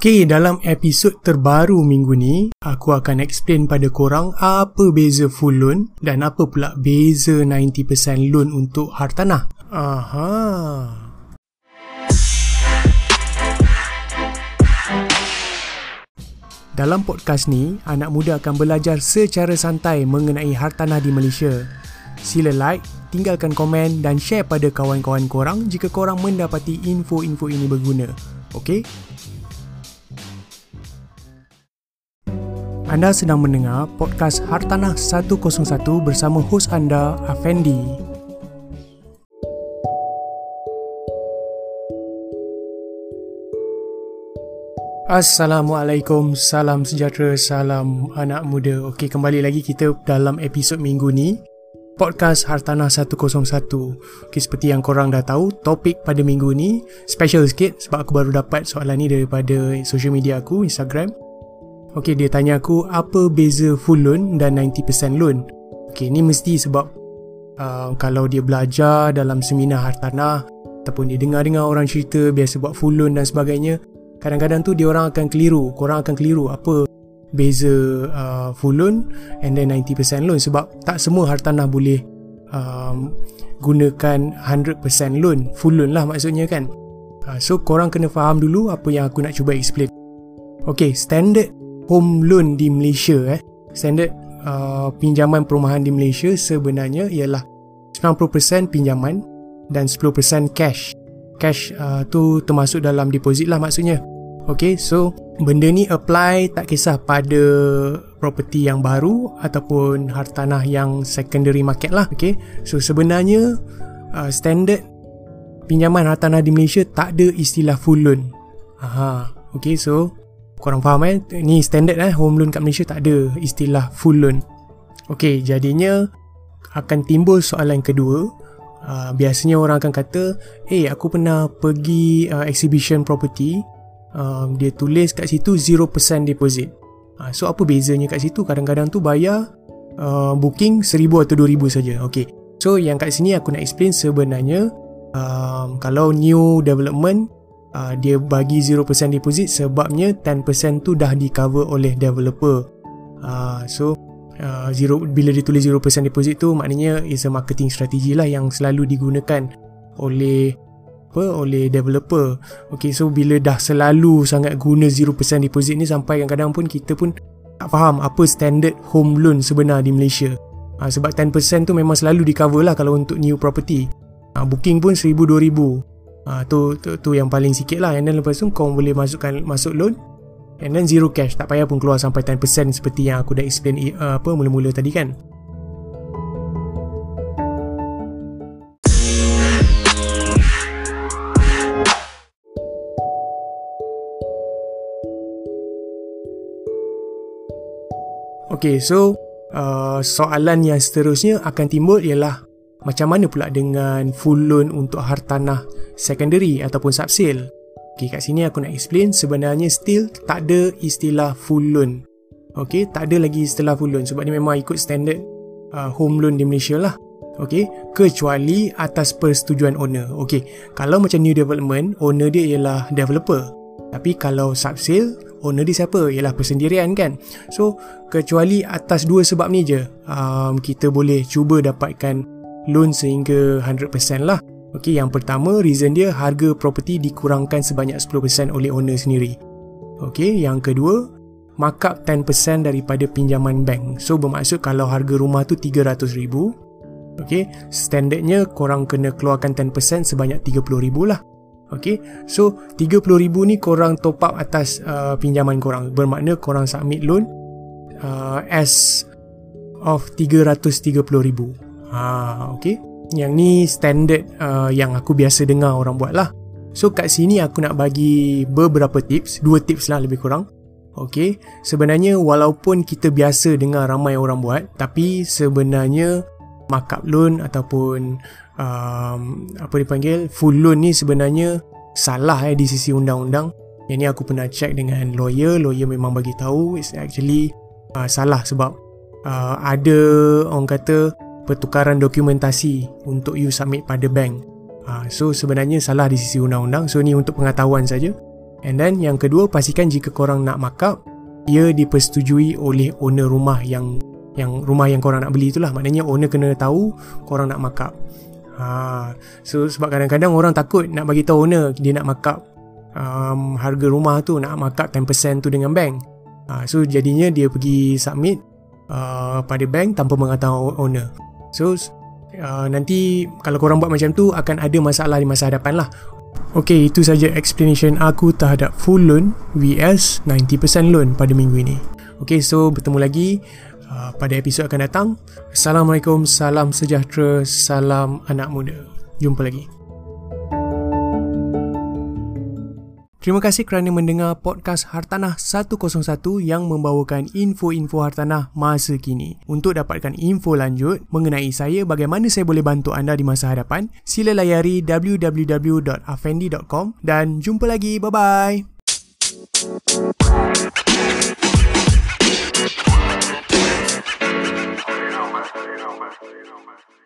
Okey, dalam episod terbaru minggu ni, aku akan explain pada korang apa beza full loan dan apa pula beza 90% loan untuk hartanah. Dalam podcast ni, anak muda akan belajar secara santai mengenai hartanah di Malaysia. Sila like, tinggalkan komen dan share pada kawan-kawan korang jika korang mendapati info-info ini berguna. Okey? Anda sedang mendengar podcast Hartanah 101 bersama hos anda, Afendi. Assalamualaikum, salam sejahtera, salam anak muda. Okey, kembali lagi kita dalam episod minggu ni, podcast Hartanah 101. Okey, seperti yang korang dah tahu, topik pada minggu ni special sikit sebab aku baru dapat soalan ni daripada social media aku, Instagram. Okey, dia tanya aku apa beza full loan dan 90% loan. Okey, ni mesti sebab kalau dia belajar dalam seminar hartanah ataupun dia dengar orang cerita biasa buat full loan dan sebagainya, kadang-kadang tu dia orang akan keliru. Korang akan keliru apa beza full loan and then 90% loan, sebab tak semua hartanah boleh gunakan 100% loan, full loan lah maksudnya kan. So korang kena faham dulu apa yang aku nak cuba explain. Okey, standard home loan di Malaysia, standard pinjaman perumahan di Malaysia sebenarnya ialah 90% pinjaman dan 10% cash. Cash tu termasuk dalam deposit lah maksudnya. Okay, so benda ni apply tak kisah pada property yang baru ataupun hartanah yang secondary market lah. Okay, so sebenarnya standard pinjaman hartanah di Malaysia tak ada istilah full loan. Okay, so korang faham ni standard home loan kat Malaysia tak ada istilah full loan. Okay, jadinya akan timbul soalan kedua. Biasanya orang akan kata, aku pernah pergi exhibition property, dia tulis kat situ 0% deposit. So apa bezanya kat situ? Kadang-kadang tu bayar booking 1,000 atau 2,000 saja. Okay, so yang kat sini aku nak explain sebenarnya kalau new development dia bagi 0% deposit sebabnya 10% tu dah di cover oleh developer. Bila dia tulis 0% deposit tu maknanya is a marketing strategy lah yang selalu digunakan oleh developer. Okay, so bila dah selalu sangat guna 0% deposit ni sampai kadang-kadang pun kita pun tak faham apa standard home loan sebenar di Malaysia. Sebab 10% tu memang selalu di cover lah kalau untuk new property. Booking pun 1,000-2,000. Tu yang paling sikit lah. And then lepas tu kau boleh masuk loan and then zero cash, tak payah pun keluar sampai 10% seperti yang aku dah explain mula-mula tadi kan. Okay, so soalan yang seterusnya akan timbul ialah macam mana pula dengan full loan untuk hartanah secondary ataupun subsale? Okay, kat sini aku nak explain sebenarnya still tak ada istilah full loan. Okay, tak ada lagi istilah full loan sebab ni memang ikut standard home loan di Malaysia lah. Okay, kecuali atas persetujuan owner. Okay, kalau macam new development, owner dia ialah developer. Tapi kalau subsale, owner dia siapa? Ialah persendirian kan. So, kecuali atas dua sebab ni je kita boleh cuba dapatkan loan sehingga 100% lah. Okey, yang pertama reason dia harga property dikurangkan sebanyak 10% oleh owner sendiri. Okey, yang kedua markup 10% daripada pinjaman bank. So bermaksud kalau harga rumah tu 300,000, okey, standardnya korang kena keluarkan 10% sebanyak 30,000 lah. Okey, so 30,000 ni korang top up atas pinjaman korang. Bermakna korang submit loan as of 330,000. Okay. Yang ni standard yang aku biasa dengar orang buat lah. So kat sini aku nak bagi beberapa tips, 2 tips lah lebih kurang. Okay, sebenarnya walaupun kita biasa dengar ramai orang buat, tapi sebenarnya markup loan ataupun apa dipanggil full loan ni sebenarnya salah di sisi undang-undang. Yang ni aku pernah check dengan lawyer memang bagi tahu it's actually salah sebab ada orang kata pertukaran dokumentasi untuk you submit pada bank. So sebenarnya salah di sisi undang-undang. So ni untuk pengetahuan saja. And then yang kedua, pastikan jika korang nak markup, ia dipersetujui oleh owner rumah yang rumah yang korang nak beli itulah. Maknanya owner kena tahu korang nak markup. So sebab kadang-kadang orang takut nak bagi tahu owner dia nak markup harga rumah tu, nak markup 10% tu dengan bank. So jadinya dia pergi submit pada bank tanpa mengatakan owner. So nanti kalau korang buat macam tu akan ada masalah di masa hadapan lah. Okay, itu saja explanation aku terhadap full loan vs 90% loan pada minggu ini. Okay, so bertemu lagi pada episod akan datang. Assalamualaikum, salam sejahtera, salam anak muda. Jumpa lagi. Terima kasih kerana mendengar podcast Hartanah 101 yang membawakan info-info hartanah masa kini. Untuk dapatkan info lanjut mengenai saya, bagaimana saya boleh bantu anda di masa hadapan, sila layari www.afendi.com dan jumpa lagi. Bye-bye.